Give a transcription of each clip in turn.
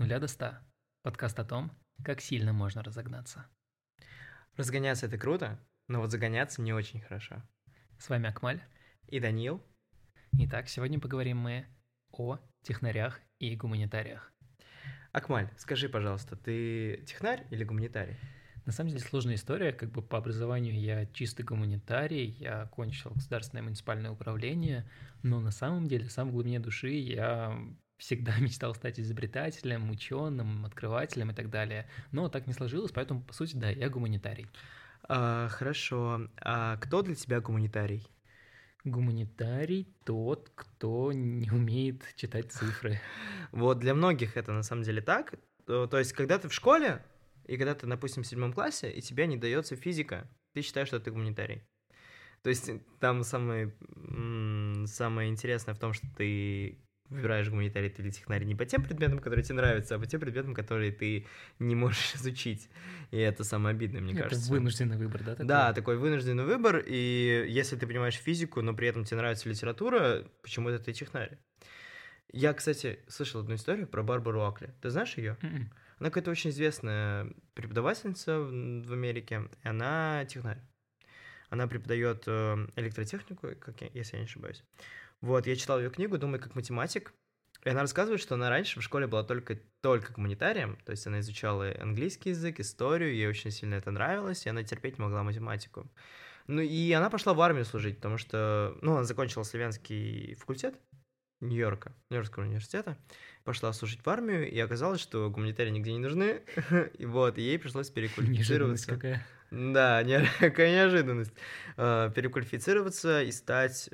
нуля до 100. Подкаст о том, как сильно можно разогнаться. Разгоняться — это круто, но вот загоняться не очень хорошо. С вами Акмаль. И Даниил. Итак, сегодня поговорим мы о технарях и гуманитариях. Акмаль, скажи, пожалуйста, ты технарь или гуманитарий? На самом деле сложная история, по образованию я чистый гуманитарий, я окончил государственное муниципальное управление, но на самом деле, сам в глубине души я всегда мечтал стать изобретателем, ученым, открывателем и так далее. Но так не сложилось, поэтому, по сути, да, я гуманитарий. Хорошо. А кто для тебя гуманитарий? Гуманитарий тот, кто не умеет читать цифры. Вот для многих это на самом деле так. То есть, когда ты в школе, и когда ты, допустим, в 7 классе, и тебе не дается физика, ты считаешь, что ты гуманитарий. То есть там самое интересное в том, что ты выбираешь гуманитарий или технарий не по тем предметам, которые тебе нравятся, а по тем предметам, которые ты не можешь изучить. И это самое обидное, мне кажется. Это вынужденный выбор, да? Да, такой вынужденный выбор, и если ты понимаешь физику, но при этом тебе нравится литература, почему-то ты технарь. Я, кстати, слышал одну историю про Барбару Акли. Ты знаешь ее? Она какая-то очень известная преподавательница в Америке, и она технарь. Она преподает электротехнику, если я не ошибаюсь. Вот, я читал ее книгу, думаю, как математик. И она рассказывает, что она раньше в школе была только гуманитарием, то есть она изучала английский язык, историю, ей очень сильно это нравилось, и она терпеть не могла математику. Ну и она пошла в армию служить, потому что, она закончила славянский факультет Нью-Йоркского университета, пошла служить в армию, и оказалось, что гуманитарии нигде не нужны, и вот, и ей пришлось переквалифицироваться. Неожиданность какая. Да, какая неожиданность. Переквалифицироваться и стать,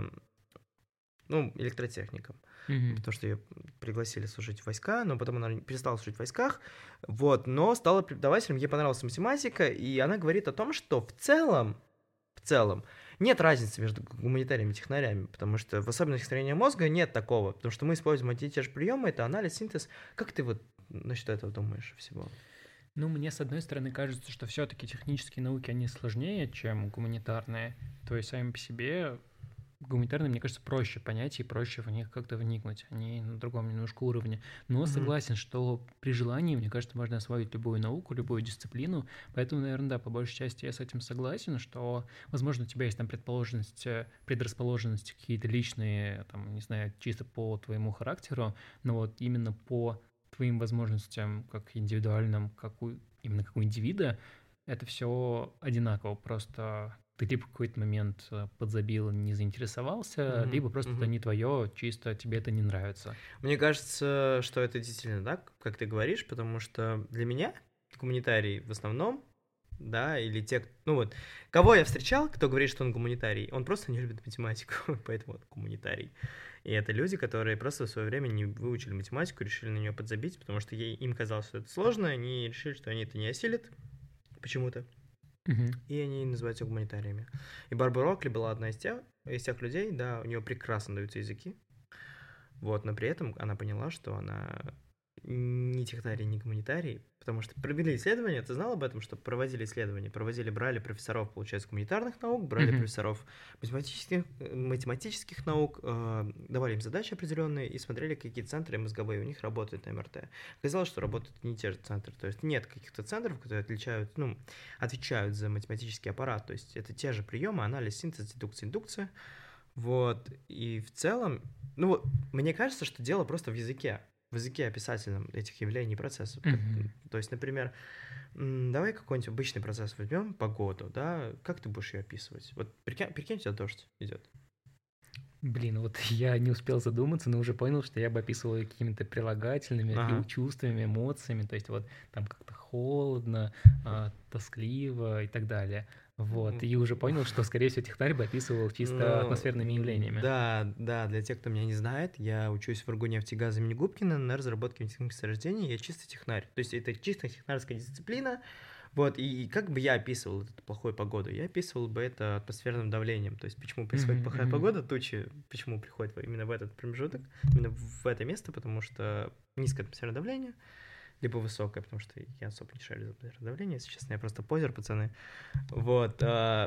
электротехником. Потому что ее пригласили служить в войска, но потом она перестала служить в войсках, вот, но стала преподавателем, ей понравилась математика, и она говорит о том, что в целом, нет разницы между гуманитариями и технарями, потому что в особенностях строения мозга нет такого, потому что мы используем одни и те же приемы, это анализ, синтез. Как ты вот насчет этого думаешь всего? Мне, с одной стороны, кажется, что все-таки технические науки, они сложнее, чем гуманитарные. То есть сами по себе гуманитарные, мне кажется, проще понять и проще в них как-то вникнуть. Они на другом немножко уровне. Но согласен, что при желании, мне кажется, можно освоить любую науку, любую дисциплину. Поэтому, наверное, да, по большей части я с этим согласен, что, возможно, у тебя есть там предрасположенности какие-то личные, там, не знаю, чисто по твоему характеру, но вот именно по твоим возможностям, как индивидуальным, именно как у индивида, это все одинаково. Просто ты либо в какой-то момент подзабил, не заинтересовался, либо просто это не твое, чисто тебе это не нравится. Мне кажется, что это действительно так, как ты говоришь, потому что для меня гуманитарий в основном, да, или те, кого я встречал, кто говорит, что он гуманитарий, он просто не любит математику, поэтому он гуманитарий. И это люди, которые просто в свое время не выучили математику, решили на нее подзабить, потому что им казалось, что это сложно, они решили, что они это не осилят почему-то. И они называются гуманитариями. И Барбара Окли была одна из тех людей, да, у нее прекрасно даются языки, вот, но при этом она поняла, что она не технарий, не гуманитарий, потому что провели исследования, ты знал об этом, что проводили исследования, брали профессоров, получается, гуманитарных наук, брали профессоров математических наук, давали им задачи определенные и смотрели, какие центры мозговые у них работают на МРТ. Оказалось, что работают не те же центры, то есть нет каких-то центров, которые отвечают за математический аппарат, то есть это те же приемы, анализ, синтез, дедукция, индукция, вот, и в целом, мне кажется, что дело просто в языке описательном этих явлений и процессов. То есть, например, давай какой-нибудь обычный процесс возьмем, погоду, да, как ты будешь ее описывать? Вот прикинь, у тебя дождь идет. Блин, вот я не успел задуматься, но уже понял, что я бы описывал ее какими-то прилагательными, чувствами, эмоциями, то есть вот там как-то холодно, тоскливо и так далее. Вот, и уже понял, что, скорее всего, технарь бы описывал чисто атмосферными явлениями. Да, для тех, кто меня не знает, я учусь в Ргунефтегаза имени Губкина на разработке медицинских месторождений, я чисто технарь. То есть это чисто технарская дисциплина. Вот, и как бы я описывал эту плохую погоду? Я описывал бы это атмосферным давлением. То есть почему происходит плохая погода, тучи, почему приходит именно в этот промежуток, именно в это место, потому что низкое атмосферное давление, либо высокое, потому что я особо не шарю за атмосферное давление, если честно, я просто позер, пацаны. Вот,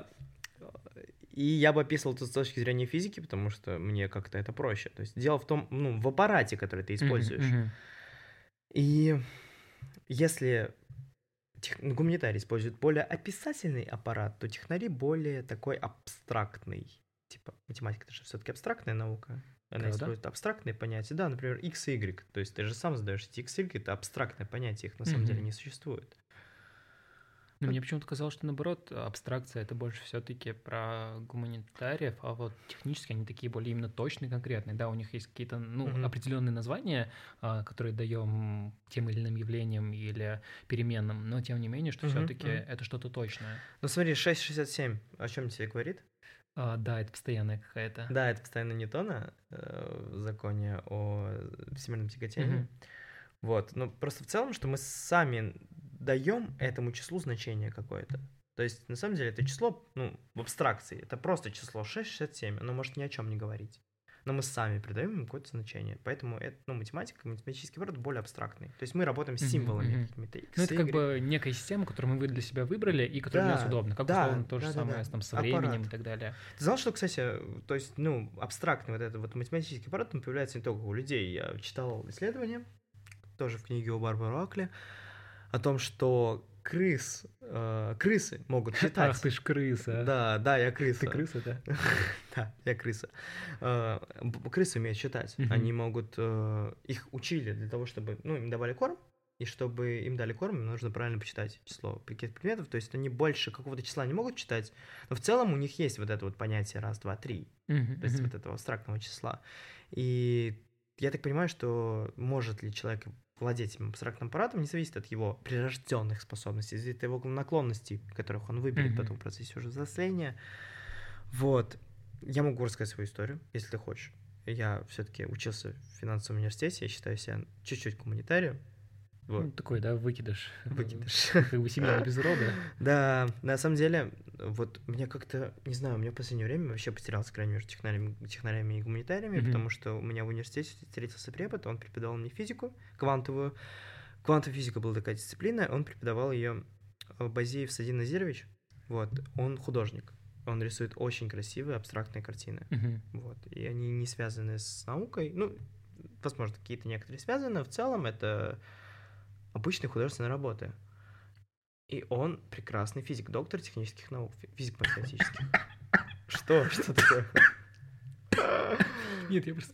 и я бы описывал это с точки зрения физики, потому что мне как-то это проще. То есть дело в том, в аппарате, который ты используешь. И если гуманитарий использует более описательный аппарат, то технари более такой абстрактный. Типа математика — это же все-таки абстрактная наука. Она использует абстрактные понятия. Да, например, x и y. То есть ты же сам задаешь эти x и y, это абстрактное понятие, их на самом деле не существует. Но мне почему-то казалось, что наоборот, абстракция — это больше все-таки про гуманитариев, а вот технически они такие более именно точные, конкретные. Да, у них есть какие-то, определенные названия, которые даем тем или иным явлениям или переменным, но тем не менее, что все-таки это что-то точное. Ну смотри, 6,67 о чем тебе говорит? Да, это постоянная какая-то. Да, это постоянная Ньютона в законе о всемирном тяготении. Вот, но просто в целом, что мы сами даем этому числу значение какое-то. То есть, на самом деле, это число, в абстракции, это просто число 6,67, оно может ни о чем не говорить. Но мы сами придаем ему какое-то значение. Поэтому это, математика, математический аппарат более абстрактный. То есть мы работаем с символами какими-то X, это как бы некая система, которую мы для себя выбрали и которая для нас удобна. Как условно то же самое там, со временем и так далее. Ты знал, что, кстати, то есть, абстрактный вот этот вот математический аппарат, он появляется не только у людей. Я читал исследования, тоже в книге у Барбары Оакли, о том, что крысы могут читать. Ах, ты ж крыса. Да, я крыса. Ты крыса, да? Да, я крыса. Крысы умеют читать. Они могут... Их учили для того, чтобы... им давали корм, и чтобы им дали корм, им нужно правильно почитать число предметов. То есть они больше какого-то числа не могут читать, но в целом у них есть вот это вот понятие раз, два, три. То есть вот этого абстрактного числа. И я так понимаю, что может ли человек владеть этим абстрактным аппаратом, не зависит от его прирожденных способностей, зависит от его наклонностей, которых он выберет потом в процессе уже взросления. Вот. Я могу рассказать свою историю, если ты хочешь. Я все-таки учился в финансовом университете, я считаю себя чуть-чуть гуманитарием. Вот. Такой, да, выкидыш. Выкидыш. Как бы семья без рода. Да, на самом деле, вот мне как-то, не знаю, у меня в последнее время вообще потерялся крайне между технарями и гуманитариями, потому что у меня в университете встретился препод, он преподавал мне физику квантовую. Квантовая физика была такая дисциплина, он преподавал ее Базиев Садин Назирович. Вот, он художник. Он рисует очень красивые абстрактные картины. Вот, и они не связаны с наукой. Возможно, какие-то некоторые связаны, но в целом это обычные художественные работы. И он прекрасный физик, доктор технических наук, физик-математических. Что? Что такое? Нет, я просто...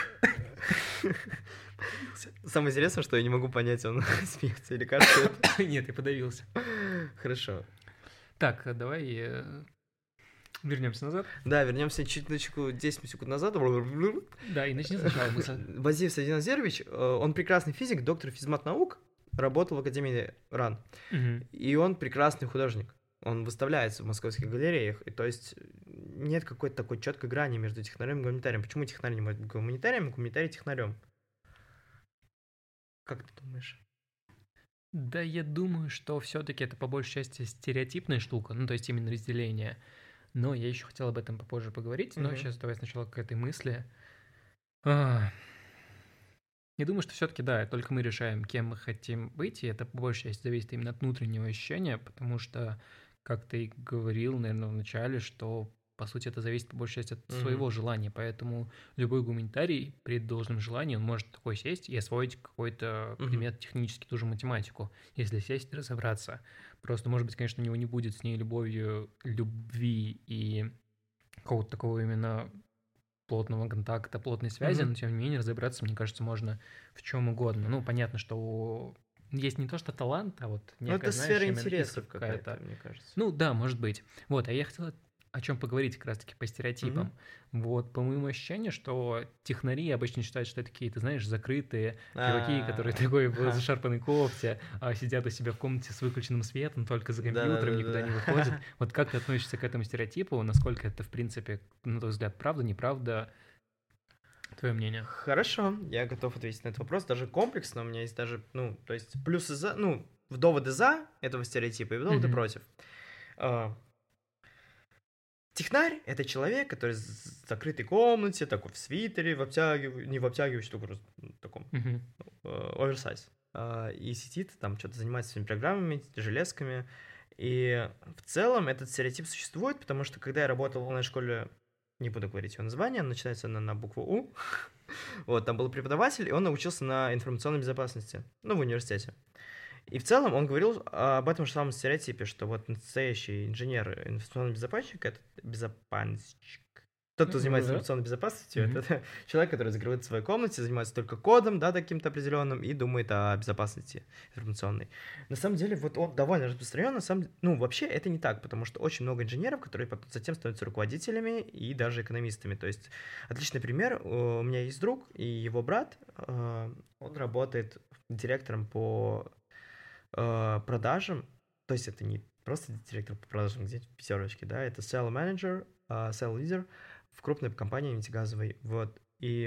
Самое интересное, что я не могу понять, он смеется или кашляет. Нет, я подавился. Хорошо. Так, давай вернемся назад. Да, вернемся чуточку 10 секунд назад. Да, и начни сначала мысль. Базиев Садин Назирович, он прекрасный физик, доктор физмат-наук, работал в Академии РАН. И он прекрасный художник. Он выставляется в московских галереях. И то есть нет какой-то такой четкой грани между технарем и гуманитарием. Почему технарь не может быть гуманитарием, а гуманитарий технарем? Как ты думаешь? Да, я думаю, что все-таки это по большей части стереотипная штука, то есть именно разделение. Но я еще хотел об этом попозже поговорить, но сейчас давай сначала к этой мысли. Я думаю, что все-таки, да, только мы решаем, кем мы хотим быть, и это по большей части зависит именно от внутреннего ощущения, потому что, как ты говорил, наверное, в начале, что, по сути, это зависит по большей части от своего желания, поэтому любой гуманитарий при должном желании, он может такой сесть и освоить какой-то предмет технический, ту же математику, если сесть и разобраться. Просто, может быть, конечно, у него не будет с ней любви и какого-то такого именно плотного контакта, плотной связи, но тем не менее разобраться, мне кажется, можно в чем угодно. Понятно, что есть не то, что талант, а вот некая, это сфера интересов какая-то, мне кажется. Да, может быть. Вот, а я хотел о чем поговорить как раз-таки по стереотипам. Вот, по моему ощущению, что технари обычно считают, что это такие, ты знаешь, закрытые чуваки, которые такой в зашарпанной кофте, сидят у себя в комнате с выключенным светом, только за компьютером, никуда не выходят. Вот как ты относишься к этому стереотипу? Насколько это, в принципе, на твой взгляд, правда, неправда? Твое мнение? Хорошо, я готов ответить на этот вопрос, даже комплексно. У меня есть даже, то есть плюсы за, в доводы за этого стереотипа и в доводы против. Технарь — это человек, который в закрытой комнате, такой в свитере, не в обтягивающем, только просто таком оверсайз. И сидит там, что-то занимается своими программами, железками. И в целом этот стереотип существует, потому что когда я работал в онлайн-школе не буду говорить его название, начинается она на букву У. Вот, там был преподаватель, и он научился на информационной безопасности, в университете. И в целом он говорил об этом же самом стереотипе, что вот настоящий инженер, информационный безопасник — это безопасник. Тот, кто занимается информационной безопасностью, это человек, который закрывается в своей комнате, занимается только кодом, да, таким-то определенным, и думает о безопасности информационной. На самом деле, вот он довольно распространен, вообще это не так, потому что очень много инженеров, которые потом затем становятся руководителями и даже экономистами. То есть отличный пример, у меня есть друг и его брат, он работает директором по продажам, то есть это не просто директор по продажам где-то в пятерочке, да, это sales manager, sales leader в крупной компании нефтегазовой, вот, и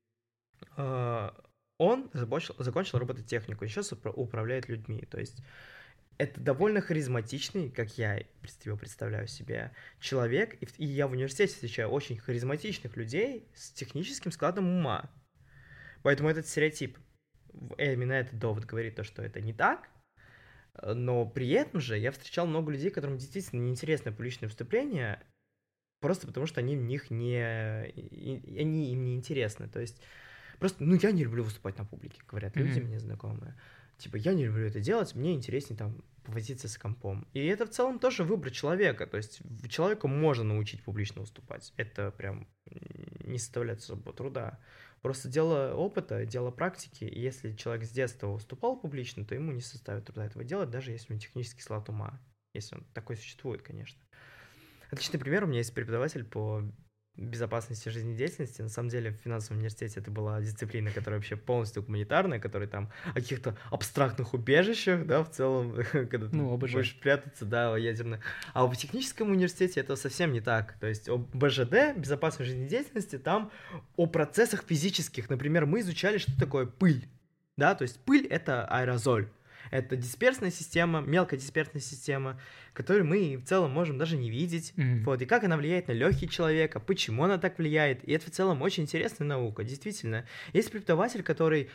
он закончил робототехнику, и сейчас управляет людьми, то есть это довольно харизматичный, как я его представляю себе, человек, и я в университете встречаю очень харизматичных людей с техническим складом ума, поэтому этот стереотип, именно этот довод говорит то, что это не так. Но при этом же я встречал много людей, которым действительно неинтересны публичные выступления, просто потому что они в них им не интересны. То есть просто, я не люблю выступать на публике, говорят люди мне знакомые. Типа, я не люблю это делать, мне интереснее там повозиться с компом. И это в целом тоже выбор человека. То есть человека можно научить публично выступать. Это прям не составляет особого труда. Просто дело опыта, дело практики. И если человек с детства выступал публично, то ему не составит труда этого делать, даже если он технический склад ума. Если он такой существует, конечно. Отличный пример. У меня есть преподаватель по безопасности жизнедеятельности. На самом деле в финансовом университете это была дисциплина, которая вообще полностью гуманитарная, которая там о каких-то абстрактных убежищах, да, в целом, когда ты будешь прятаться, да, о ядерных. А в техническом университете это совсем не так. То есть о БЖД, безопасной жизнедеятельности, там о процессах физических. Например, мы изучали, что такое пыль, да, то есть пыль — это аэрозоль. Это дисперсная система, мелкодисперсная система, которую мы в целом можем даже не видеть. Вот, и как она влияет на легкие человека, почему она так влияет. И это в целом очень интересная наука, действительно. Есть преподаватель, который,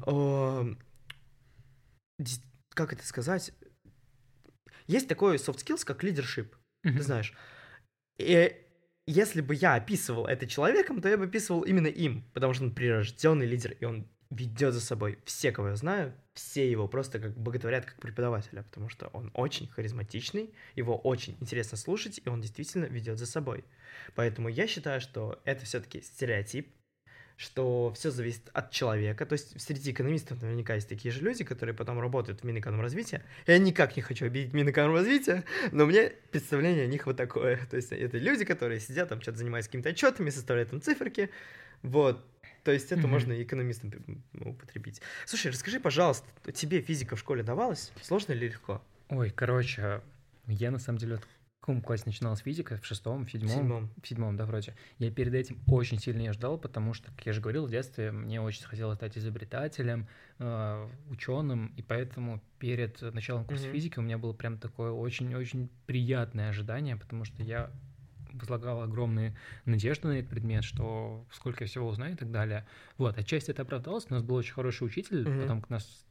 как это сказать, есть такой soft skills, как leadership, ты знаешь. И если бы я описывал это человеком, то я бы описывал именно им, потому что он прирожденный лидер, и он ведет за собой все, кого я знаю, все его просто как боготворят как преподавателя, потому что он очень харизматичный, его очень интересно слушать, и он действительно ведет за собой. Поэтому я считаю, что это все-таки стереотип, что все зависит от человека. То есть среди экономистов наверняка есть такие же люди, которые потом работают в Минэкономразвития. Я никак не хочу обидеть Минэкономразвития, но у меня представление о них вот такое. То есть это люди, которые сидят там, что-то занимаются какими-то отчетами, составляют там циферки. Вот. То есть это можно и экономистам употребить. Слушай, расскажи, пожалуйста, тебе физика в школе давалась? Сложно или легко? Ой, короче, я на самом деле в каком классе начинал с физикой? В шестом, в седьмом? В седьмом, да, вроде. Я перед этим очень сильно ее ждал, потому что, как я же говорил, в детстве мне очень хотелось стать изобретателем, ученым, и поэтому перед началом курса физики у меня было прям такое очень-очень приятное ожидание, потому что я возлагал огромные надежды на этот предмет, что сколько я всего узнаю и так далее. Вот, отчасти это оправдалось, у нас был очень хороший учитель, потом к нас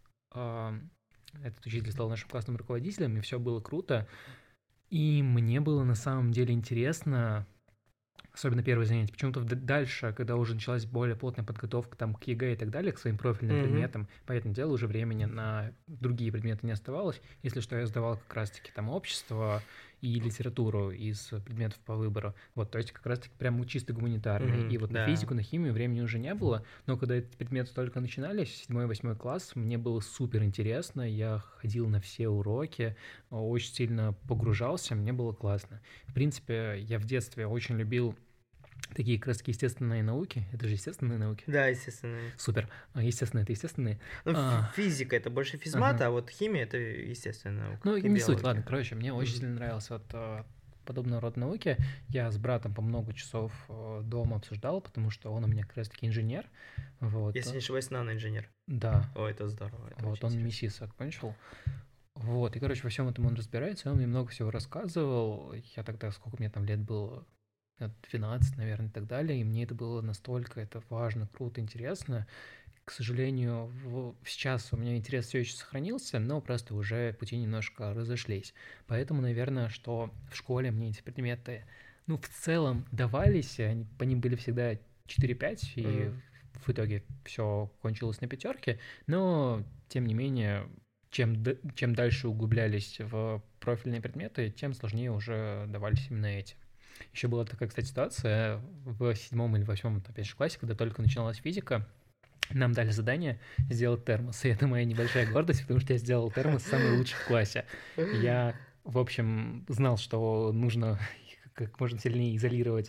этот учитель стал нашим классным руководителем, и все было круто. И мне было на самом деле интересно, особенно первое занятие, почему-то дальше, когда уже началась более плотная подготовка там, к ЕГЭ и так далее, к своим профильным предметам, поэтому дело уже времени на другие предметы не оставалось. Если что, я сдавал как раз-таки там общество и литературу из предметов по выбору. Вот, то есть как раз-таки прям чисто гуманитарные. И вот на физику, на химию времени уже не было, но когда эти предметы только начинались, 7-8 класс, мне было супер интересно, я ходил на все уроки, очень сильно погружался, мне было классно. В принципе, я в детстве очень любил такие как раз естественные науки. Это же естественные науки? Да, естественные. Супер. Естественные — это естественные. Физика — это больше физмат, а вот химия — это естественная наука. Ну, не суть. Ладно, короче, мне очень сильно нравилось вот подобного рода науки. Я с братом по много часов дома обсуждал, потому что он у меня как раз-таки инженер. Вот. Если не ошибаюсь, наноинженер. Да. О, это здорово. Это вот он МИСИС окончил. Вот, и, короче, во всем этом он разбирается, он мне много всего рассказывал. Я тогда, сколько мне там лет было, 12, наверное, и так далее, и мне это было настолько важно, круто, интересно. К сожалению, сейчас у меня интерес все еще сохранился, но просто уже пути немножко разошлись. Поэтому, наверное, что в школе мне эти предметы ну, в целом давались, по ним были всегда 4-5, и в итоге все кончилось на пятерке, но, тем не менее, чем дальше углублялись в профильные предметы, тем сложнее уже давались именно эти. Еще была такая, кстати, ситуация в 7 или 8, опять же, классе, когда только начиналась физика, нам дали задание сделать термос, и это моя небольшая гордость, потому что я сделал термос самый лучший в классе. Я, в общем, знал, что нужно как можно сильнее изолировать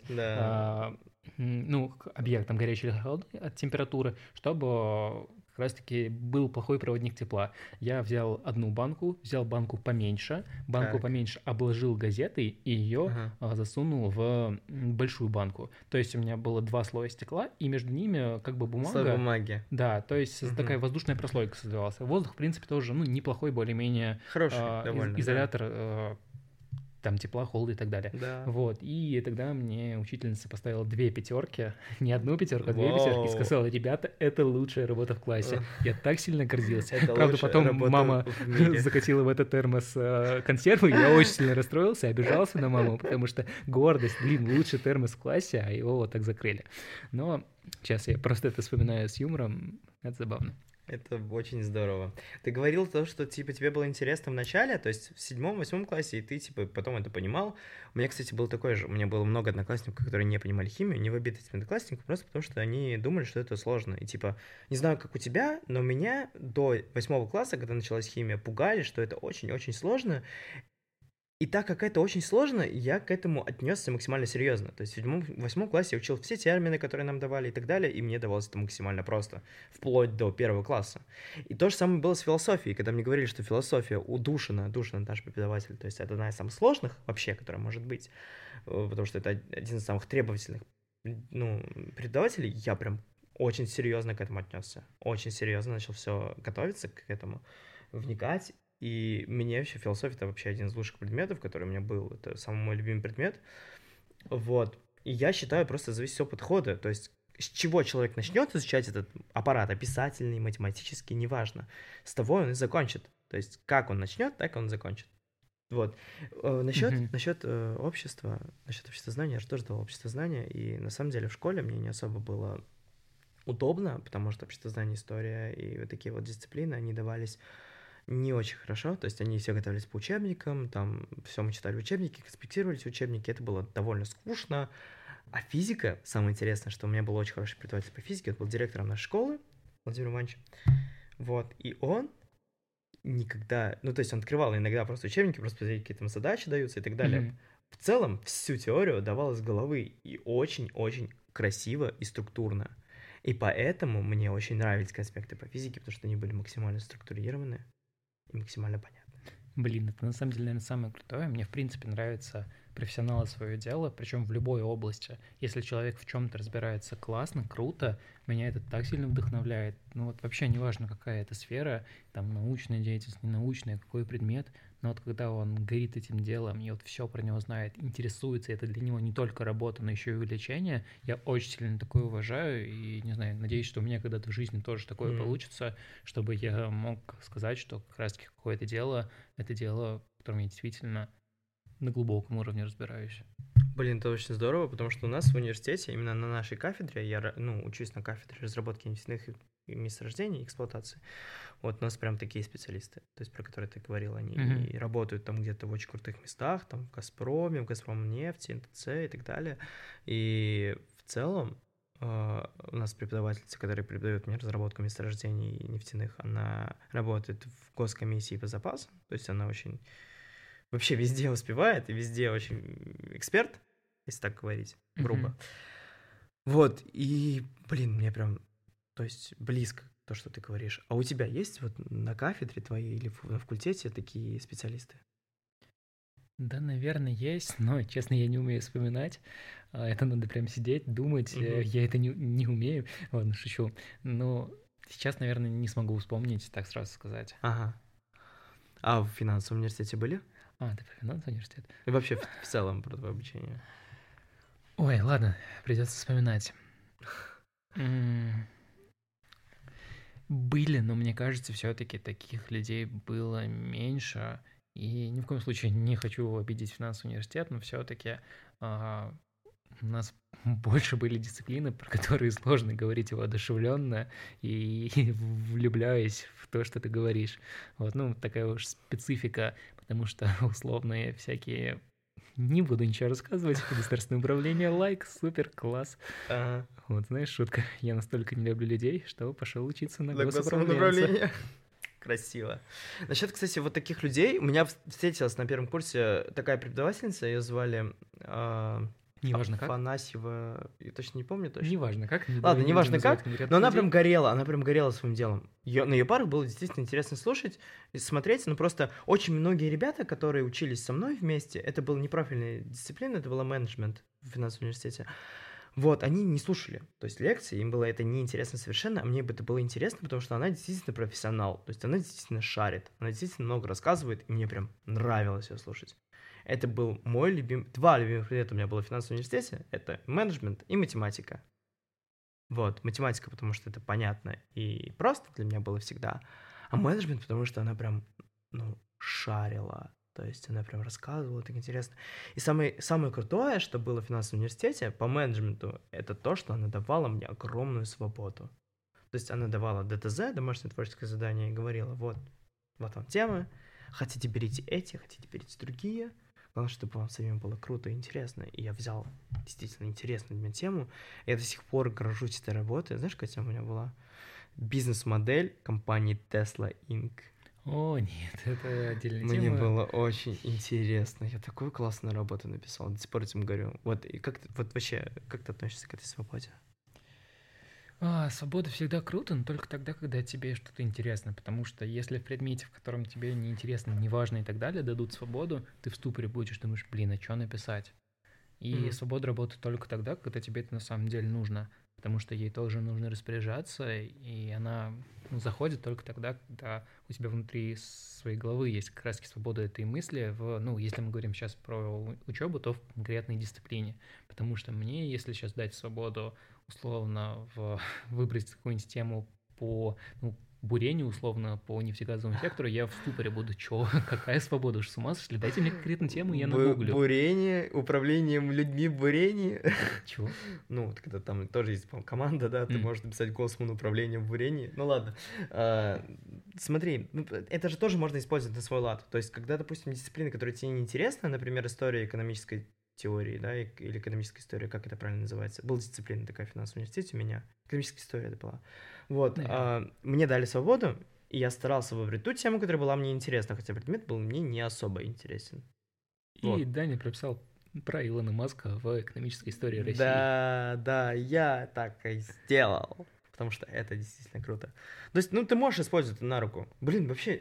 объект, там, горячий или холодный от температуры, чтобы как раз-таки был плохой проводник тепла. Я взял одну банку, взял банку поменьше, обложил газетой и ее засунул в большую банку. То есть у меня было 2 слоя стекла, и между ними как бы бумага. Слой бумаги. Да, то есть такая воздушная прослойка создавалась. Воздух, в принципе, тоже неплохой более-менее изолятор там тепла, холода и так далее. Да. Вот. И тогда мне учительница поставила 2 пятерки, не 1 пятерку, а 2 пятерки, и сказала: ребята, это лучшая работа в классе. Я так сильно гордился. Правда, потом мама закатила в этот термос консервы, я очень сильно расстроился, обижался на маму, потому что гордость, лучший термос в классе, а его вот так закрыли. Но сейчас я просто это вспоминаю с юмором, это забавно. Это очень здорово. Ты говорил то, что, типа, тебе было интересно в начале, то есть в 7-8 классе, и ты, типа, потом это понимал. У меня, кстати, был такой же, у меня было много одноклассников, которые не понимали химию, не в обиду этим одноклассникам, просто потому что они думали, что это сложно. И, типа, не знаю, как у тебя, но меня до 8 класса, когда началась химия, пугали, что это очень-очень сложно. И так как это очень сложно, я к этому отнесся максимально серьезно. То есть в 7-8 классе я учил все термины, которые нам давали и так далее, и мне давалось это максимально просто, вплоть до 1 класса. И то же самое было с философией, когда мне говорили, что философия удушена наш преподаватель, то есть это одна из самых сложных вообще, которая может быть, потому что это один из самых требовательных, преподавателей, я прям очень серьезно к этому отнесся, очень серьезно начал все готовиться к этому, вникать. И мне вообще философия — это вообще один из лучших предметов, который у меня был. Это самый мой любимый предмет. Вот. И я считаю, просто зависит от подхода. То есть с чего человек начнет изучать этот аппарат, описательный, математический, неважно. С того он и закончит. То есть как он начнет, так он закончит. Вот. Насчет общества, насчет обществознания, я же тоже давал обществознание, и на самом деле в школе мне не особо было удобно, потому что обществознание, история и вот такие вот дисциплины, они давались не очень хорошо, то есть они все готовились по учебникам, там все мы читали учебники, конспектировались учебники, это было довольно скучно. А физика, самое интересное, что у меня был очень хороший преподаватель по физике, он был директором нашей школы, Владимир Иванович, вот, и он никогда, то есть он открывал иногда просто учебники, просто посмотреть, какие там задачи даются и так далее. В целом всю теорию давал из головы и очень-очень красиво и структурно. И поэтому мне очень нравились конспекты по физике, потому что они были максимально структурированы и максимально понятно. Блин, это на самом деле, наверное, самое крутое. Мне, в принципе, нравится профессионалы свое дело, причем в любой области. Если человек в чем-то разбирается классно, круто, меня это так сильно вдохновляет. Вот вообще неважно, какая это сфера, там научная деятельность, ненаучная, какой предмет, но вот когда он горит этим делом и вот все про него знает, интересуется, это для него не только работа, но еще и увлечение, я очень сильно такое уважаю и, не знаю, надеюсь, что у меня когда-то в жизни тоже такое получится, чтобы я мог сказать, что как раз-таки какое-то дело, это дело, в котором я действительно на глубоком уровне разбираюсь. Блин, это очень здорово, потому что у нас в университете, именно на нашей кафедре, я учусь на кафедре разработки нефтяных месторождений и эксплуатации, вот у нас прям такие специалисты, то есть про которые ты говорил, они и работают там где-то в очень крутых местах, там в Газпроме, в Газпромнефти, НТЦ и так далее, и в целом у нас преподавательница, которая преподает мне разработку месторождений нефтяных, она работает в Госкомиссии по запасам, то есть она очень вообще везде успевает и везде очень эксперт, если так говорить, грубо. Вот, и, блин, мне прям, то есть близко то, что ты говоришь. А у тебя есть вот на кафедре твоей или на факультете такие специалисты? Да, наверное, есть, но, честно, я не умею вспоминать. Это надо прям сидеть, думать. Я это не умею. Ладно, шучу. Но сейчас, наверное, не смогу вспомнить, так сразу сказать. Ага. А в финансовом университете были? Ты про финансовый университет? И вообще в целом про твое обучение. Ой, ладно, придется вспоминать. Были, но мне кажется, все-таки таких людей было меньше. И ни в коем случае не хочу обидеть финансовый университет, но все-таки у нас больше были дисциплины, про которые сложно говорить воодушевленно и влюбляясь в то, что ты говоришь. Вот, ну, такая уж специфика, потому что условные всякие... Не буду ничего рассказывать. Государственное управление, лайк, супер, класс. Ага. Вот, знаешь, шутка. Я настолько не люблю людей, что пошел учиться на Для госуправленца. госуправления. Красиво. Насчет, кстати, вот таких людей, у меня встретилась на первом курсе такая преподавательница, ее звали Неважно как. Афанасьева, я точно не помню точно. Неважно как. Ладно, неважно как, но она людей. прям горела своим делом. На ее парах было действительно интересно слушать и смотреть, но просто очень многие ребята, которые учились со мной вместе, это была не профильная дисциплина, это была менеджмент в финансовом университете. Вот, они не слушали, то есть лекции, им было это неинтересно совершенно, а мне бы это было интересно, потому что она действительно профессионал, то есть она действительно шарит, она действительно много рассказывает, и мне прям нравилось ее слушать. Это был мой любимый, два любимых предмета у меня было в финансовом университете, это менеджмент и математика. Вот, математика, потому что это понятно и просто для меня было всегда, а менеджмент, потому что она прям, ну, шарила. То есть она прям рассказывала, так интересно. И самое крутое, что было в финансовом университете по менеджменту, это то, что она давала мне огромную свободу. То есть она давала ДТЗ, домашнее творческое задание, и говорила, вот вам темы, хотите берите эти, хотите берите другие. Главное, чтобы вам самим было круто и интересно. И я взял действительно интересную для меня тему. Я до сих пор горжусь этой работой. Знаешь, какая тема у меня была? Бизнес-модель компании Tesla Inc. О, нет, это отдельная Мне тема. было очень интересно. Я такую классную работу написал. До сих пор этим говорю. Вот, и как ты, вот вообще, как ты относишься к этой свободе? Свобода всегда круто, но только тогда, когда тебе что-то интересно, потому что если в предмете, в котором тебе неинтересно, неважно и так далее, дадут свободу, ты в ступоре будешь, думаешь, блин, а что написать? И свобода работает только тогда, когда тебе это на самом деле нужно, потому что ей тоже нужно распоряжаться, и она заходит только тогда, когда у тебя внутри своей головы есть как раз свобода этой мысли, если мы говорим сейчас про учебу, то в конкретной дисциплине, потому что мне, если сейчас дать свободу условно выбрать какую-нибудь тему по бурению, условно, по нефтегазовому сектору, я в ступоре буду. Чё? Какая свобода? Уж с ума сошли? Дайте мне конкретную тему, я нагуглю. Бурение, управлением людьми в бурении. Чего? Ну, вот когда там тоже есть, по-моему, команда, да, ты можешь написать Госман управление в бурении. Ну, ладно. Смотри, это же тоже можно использовать на свой лад. То есть, когда, допустим, дисциплины, которые тебе не интересны, например, история экономической теории, да, или экономическая история, как это правильно называется. Была дисциплина такая в финансовом университете у меня. Экономическая история это была. Вот. Мне дали свободу, и я старался выбрать ту тему, которая была мне интересна, хотя предмет был мне не особо интересен. И вот. Даня прописал про Илона Маска в экономической истории России. Да, я так и сделал. Потому что это действительно круто. То есть, ты можешь использовать это на руку. Блин, вообще,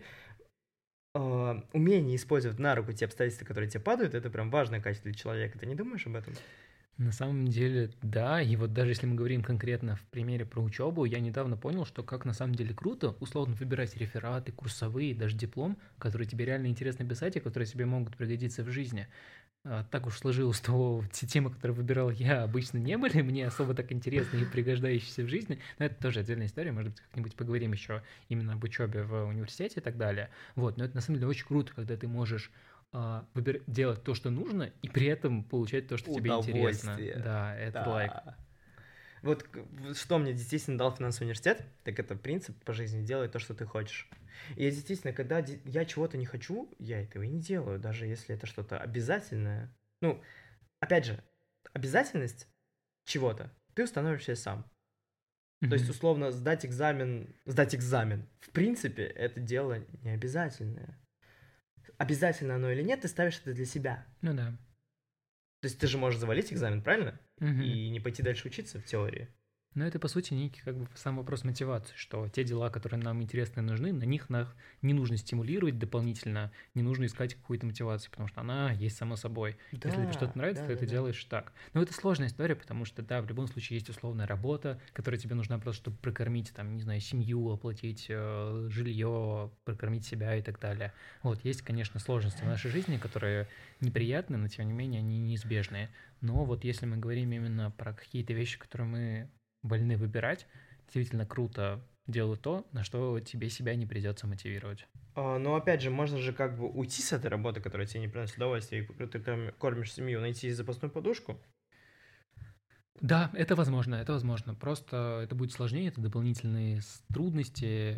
умение использовать на руку те обстоятельства, которые тебе падают, это прям важное качество для человека. Ты не думаешь об этом? На самом деле, да, и вот даже если мы говорим конкретно в примере про учебу, я недавно понял, что как на самом деле круто условно выбирать рефераты, курсовые, даже диплом, которые тебе реально интересно писать и которые тебе могут пригодиться в жизни. Так уж сложилось, что те темы, которые выбирал я, обычно не были мне особо так интересны и пригождающиеся в жизни, но это тоже отдельная история, может быть, как-нибудь поговорим еще именно об учебе в университете и так далее. Вот, но это на самом деле очень круто, когда ты можешь делать то, что нужно, и при этом получать то, что тебе интересно. Да, это лайк. Вот что мне действительно дал финансовый университет, так это принцип по жизни «делай то, что ты хочешь». И действительно, когда я чего-то не хочу, я этого и не делаю, даже если это что-то обязательное. Ну, опять же, обязательность чего-то ты установишь себе сам. То есть, условно, сдать экзамен, в принципе, это дело не обязательное. Обязательно оно или нет, ты ставишь это для себя. Ну да. То есть ты же можешь завалить экзамен, правильно? И не пойти дальше учиться в теории. Но это, по сути, некий сам вопрос мотивации, что те дела, которые нам интересны и нужны, на них не нужно стимулировать дополнительно, не нужно искать какую-то мотивацию, потому что она есть само собой. Да, если тебе что-то нравится, то это делаешь так. Но это сложная история, потому что, да, в любом случае есть условная работа, которая тебе нужна просто, чтобы прокормить, там, не знаю, семью, оплатить жилье, прокормить себя и так далее. Вот, есть, конечно, сложности в нашей жизни, которые неприятны, но, тем не менее, они неизбежные. Но вот если мы говорим именно про какие-то вещи, которые мы вольны выбирать. Действительно круто делай то, на что тебе себя не придется мотивировать. Но опять же, можно же как бы уйти с этой работы, которая тебе не приносит удовольствия, и ты кормишь семью, найти запасную подушку. Да, это возможно, это возможно. Просто это будет сложнее, это дополнительные трудности,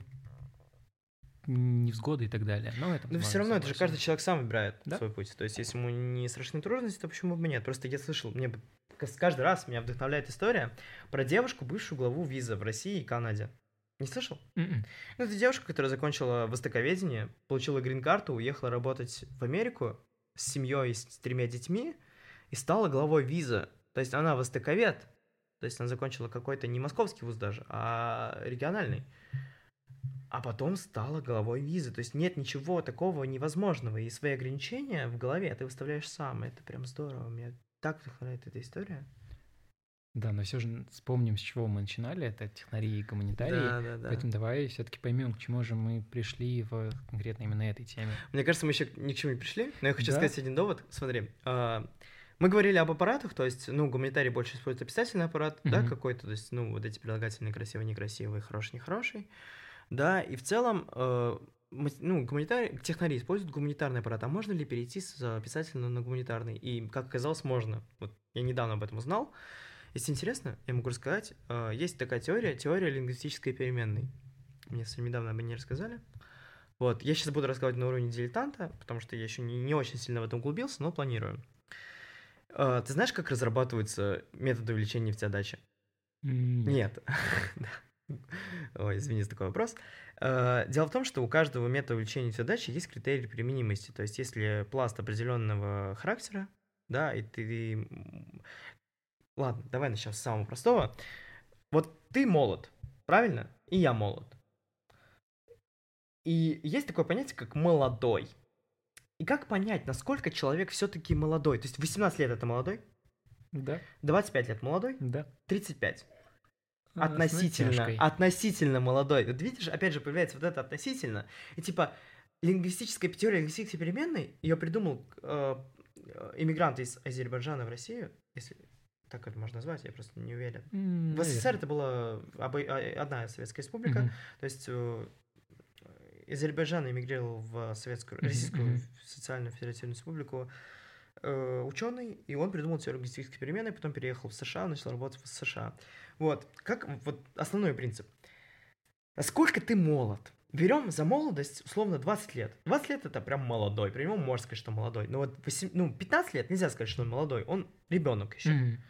невзгоды и так далее. Но это Но возможно, все равно, это же согласен. каждый человек сам выбирает Да? свой путь. То есть, если ему не страшны трудности, то почему бы нет? Просто я слышал, каждый раз меня вдохновляет история про девушку, бывшую главу виза в России и Канаде. Не слышал? М-м. Ну, это девушка, которая закончила востоковедение, получила грин-карту, уехала работать в Америку с семьей, с 3 детьми и стала главой виза. То есть она востоковед. То есть она закончила какой-то не московский вуз даже, а региональный. А потом стала главой визы. То есть нет ничего такого невозможного. И свои ограничения в голове ты выставляешь сам. Это прям здорово. Меня так вдохновляет эта история. Да, но все же вспомним, с чего мы начинали. Это технари и гуманитарии. Да. Поэтому давай все-таки поймем, к чему же мы пришли в конкретно именно этой теме. Мне кажется, мы еще ни к чему не пришли, но я хочу Да. сказать один довод. Смотри, мы говорили об аппаратах, то есть, ну, гуманитарий больше использует описательный аппарат, да, Мгм. какой-то, то есть, ну, вот эти прилагательные красивые, некрасивые, хороший, нехороший, да, и в целом, ну, технари используют гуманитарный аппарат, а можно ли перейти с описательного на гуманитарный? И, как оказалось, можно. Вот я недавно об этом узнал. Если интересно, я могу рассказать, есть такая теория лингвистической переменной. Мне совсем недавно об ней рассказали. Вот, я сейчас буду рассказывать на уровне дилетанта, потому что я еще не очень сильно в этом углубился, но планирую. Ты знаешь, как разрабатываются методы увеличения нефтеотдачи? Нет. Нет. Ой, извини за такой вопрос. Дело в том, что у каждого метода увеличения нефтеотдачи есть критерий применимости. То есть, если пласт определенного характера, да, и ты... Ладно, давай начнем с самого простого. Вот ты молод, правильно? И я молод. И есть такое понятие, как молодой. И как понять, насколько человек все-таки молодой? То есть 18 лет это молодой, Да, 25 лет молодой, да. 35. С натяжкой. Относительно молодой. Вот видишь, опять же появляется вот это относительно. И типа лингвистическая теория лингвистической переменной, ее придумал иммигрант из Азербайджана в Россию, если так это можно назвать, я просто не уверен. В СССР это была одна советская республика, Мгм. то есть из Азербайджана эмигрировал в Российскую Мгм. социальную федеративную республику ученый, и он придумал теорию лингвистической переменной, потом переехал в США, начал работать в США. Вот, как вот основной принцип. Насколько ты молод? Берем за молодость, условно, 20 лет. 20 лет это прям молодой, при нем можно сказать, что молодой. Но вот 15 лет нельзя сказать, что он молодой, он ребенок еще. Мгм.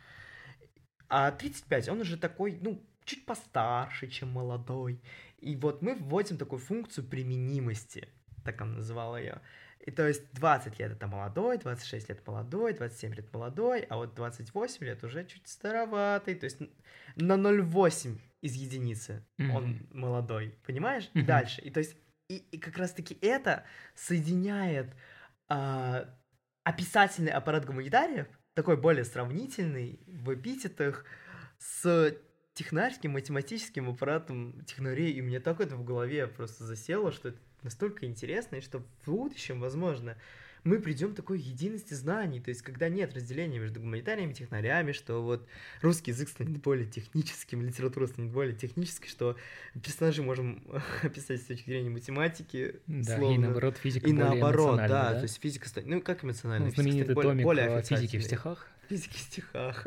А 35, он уже такой, ну, чуть постарше, чем молодой. И вот мы вводим такую функцию применимости, так он называл ее. И то есть 20 лет это молодой, 26 лет молодой, 27 лет молодой, а вот 28 лет уже чуть староватый. То есть на 0,8 из единицы он Мгм. молодой, понимаешь? И Мгм. дальше. И то есть и как раз-таки это соединяет а, описательный аппарат гуманитариев, такой более сравнительный в эпитетах, с технарским математическим аппаратом технарей, и мне так это в голове просто засело, что это настолько интересно, и что в будущем, возможно, мы придем к такой единости знаний, то есть когда нет разделения между гуманитариями и технарями, что вот русский язык станет более техническим, литература станет более технической, что персонажи можем описать с точки зрения математики, Да, и словно, наоборот, физика и более наоборот, эмоциональна, да, да? то есть физика станет, ну как Ну, эмоциональная, физика знаменитый станет более, томик более физики в отрицательной. стихах. Физики в стихах.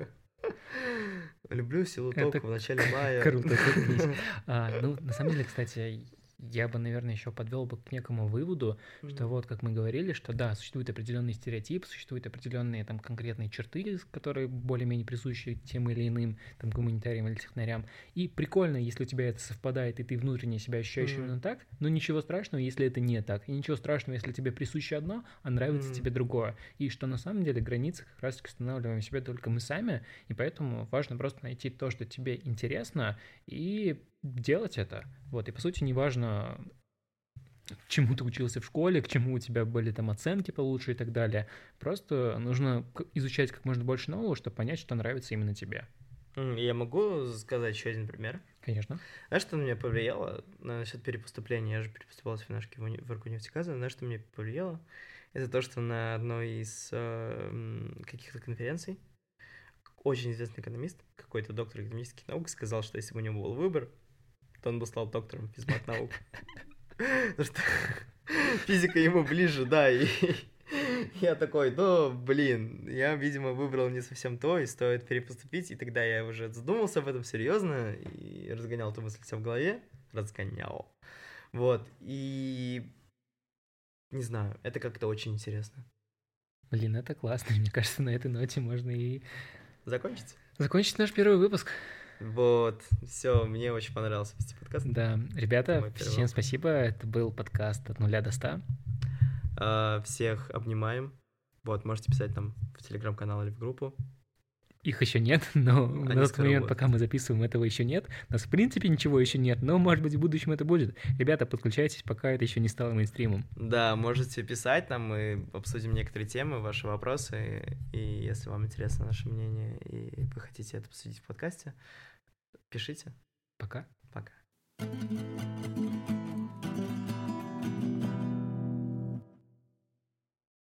Люблю силу Это тока в начале мая. круто, заткнись. Ну, на самом деле, кстати, я бы, наверное, еще подвел бы к некому выводу, что вот, как мы говорили, что да, существует определенный стереотип, существуют определенные там конкретные черты, которые более-менее присущи тем или иным там гуманитариям или технарям. И прикольно, если у тебя это совпадает, и ты внутренне себя ощущаешь именно так, но ничего страшного, если это не так. И ничего страшного, если тебе присуще одно, а нравится тебе другое. И что на самом деле границы как раз-таки устанавливаем себе только мы сами, и поэтому важно просто найти то, что тебе интересно, и делать это. Вот, и по сути неважно, чему ты учился в школе, к чему у тебя были там оценки получше и так далее. Просто нужно изучать как можно больше нового, чтобы понять, что нравится именно тебе. Я могу сказать еще один пример? Конечно. Знаешь, что на меня повлияло насчет перепоступления? Я же перепоступал с финашки в Иркунефтеказа. Знаешь, что мне повлияло? Это то, что на одной из каких-то конференций очень известный экономист, какой-то доктор экономических наук, сказал, что если бы у него был выбор, то он бы стал доктором физмат-наук. Потому что физика ему ближе, да, и я такой, ну, блин, я, видимо, выбрал не совсем то, и стоит перепоступить, и тогда я уже задумался об этом серьезно, и разгонял эту мысль в голове, разгонял, вот, и не знаю, это как-то очень интересно. Блин, это классно, мне кажется, на этой ноте можно и закончить наш первый выпуск. Вот, все, мне очень понравился вести подкаст. Да, ребята, всем спасибо, это был подкаст «От 0 до 100». Всех обнимаем. Вот, можете писать там в телеграм-канал или в группу. Их еще нет, но на тот момент, пока мы записываем, этого еще нет. У нас, в принципе, ничего еще нет, но, может быть, в будущем это будет. Ребята, подключайтесь, пока это еще не стало мейнстримом. Да, можете писать нам, мы обсудим некоторые темы, ваши вопросы, и если вам интересно наше мнение, и вы хотите это обсудить в подкасте, пишите. Пока. Пока.